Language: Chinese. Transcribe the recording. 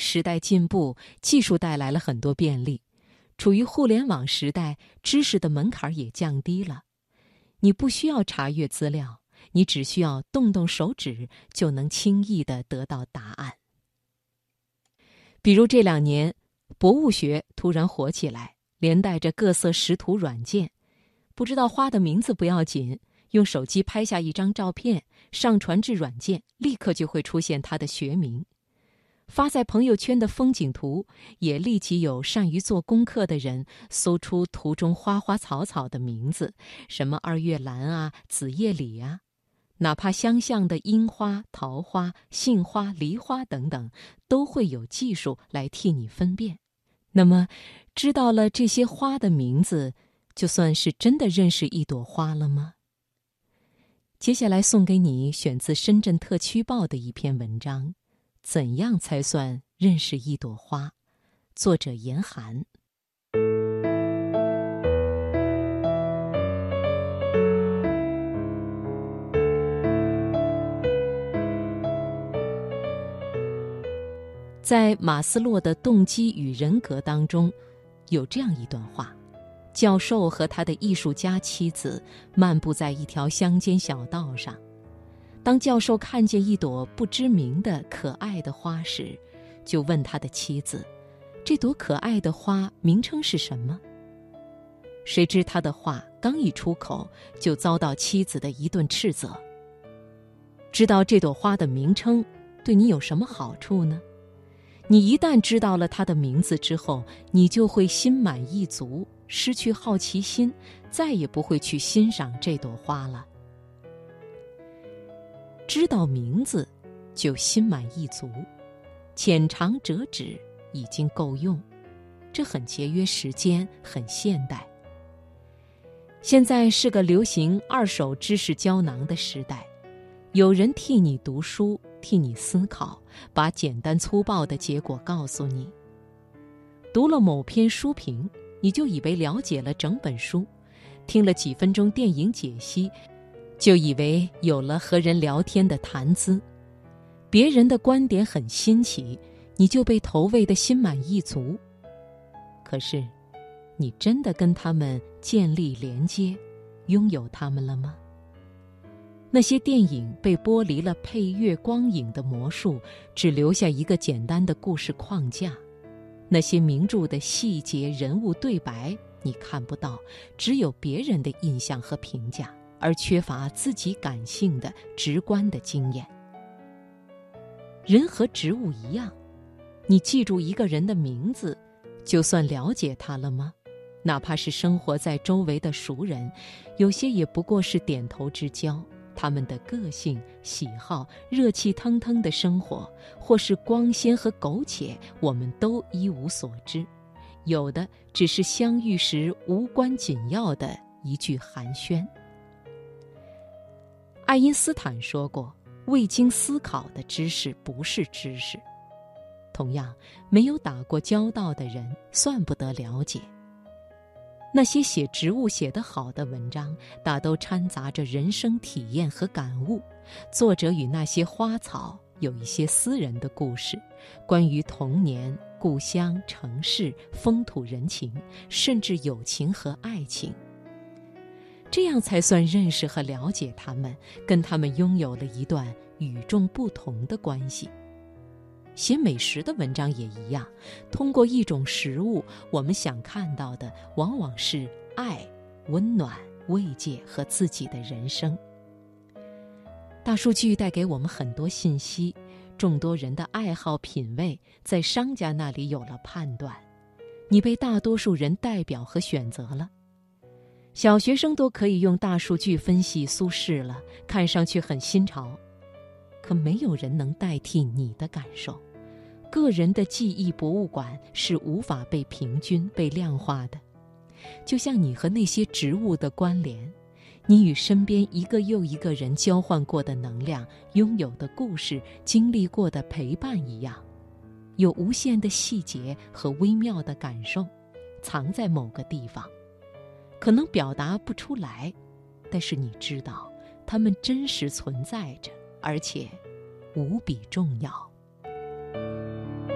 时代进步，技术带来了很多便利。处于互联网时代，知识的门槛也降低了。你不需要查阅资料，你只需要动动手指就能轻易地得到答案。比如这2年，博物学突然火起来，连带着各色识图软件。不知道花的名字不要紧，用手机拍下一张照片，上传至软件，立刻就会出现它的学名。发在朋友圈的风景图，也立即有善于做功课的人搜出图中花花草草的名字，什么二月兰啊、紫叶李啊，哪怕相像的樱花、桃花、杏花、梨花等等，都会有技术来替你分辨。那么，知道了这些花的名字，就算是真的认识一朵花了吗？接下来送给你选自《深圳特区报》的一篇文章，怎样才算认识一朵花？作者严寒。在马斯洛的动机与人格当中，有这样一段话：教授和他的艺术家妻子漫步在一条乡间小道上。当教授看见一朵不知名的可爱的花时，就问他的妻子，这朵可爱的花名称是什么？谁知他的话刚一出口，就遭到妻子的一顿斥责。知道这朵花的名称对你有什么好处呢？你一旦知道了它的名字之后，你就会心满意足，失去好奇心，再也不会去欣赏这朵花了。知道名字就心满意足，浅尝辄止已经够用，这很节约时间，很现代。现在是个流行2手知识胶囊的时代，有人替你读书，替你思考，把简单粗暴的结果告诉你。读了某篇书评，你就以为了解了整本书；听了几分钟电影解析，就以为有了和人聊天的谈资。别人的观点很新奇，你就被投喂得心满意足。可是，你真的跟他们建立连接，拥有他们了吗？那些电影被剥离了配乐光影的魔术，只留下一个简单的故事框架。那些名著的细节、人物对白你看不到，只有别人的印象和评价，而缺乏自己感性的直观的经验。人和植物一样，你记住一个人的名字，就算了解他了吗？哪怕是生活在周围的熟人，有些也不过是点头之交。他们的个性、喜好、热气腾腾的生活，或是光鲜和苟且，我们都一无所知。有的只是相遇时无关紧要的一句寒暄。爱因斯坦说过，未经思考的知识不是知识。同样，没有打过交道的人算不得了解。那些写植物写得好的文章，大都掺杂着人生体验和感悟。作者与那些花草有一些私人的故事，关于童年、故乡、城市、风土人情，甚至友情和爱情。这样才算认识和了解他们，跟他们拥有了一段与众不同的关系。写美食的文章也一样，通过一种食物，我们想看到的往往是爱、温暖、慰藉和自己的人生。大数据带给我们很多信息，众多人的爱好品味在商家那里有了判断，你被大多数人代表和选择了。小学生都可以用大数据分析苏轼了，看上去很新潮。可没有人能代替你的感受，个人的记忆博物馆是无法被平均、被量化的。就像你和那些植物的关联，你与身边一个又一个人交换过的能量、拥有的故事、经历过的陪伴一样，有无限的细节和微妙的感受，藏在某个地方，可能表达不出来，但是你知道，它们真实存在着，而且无比重要。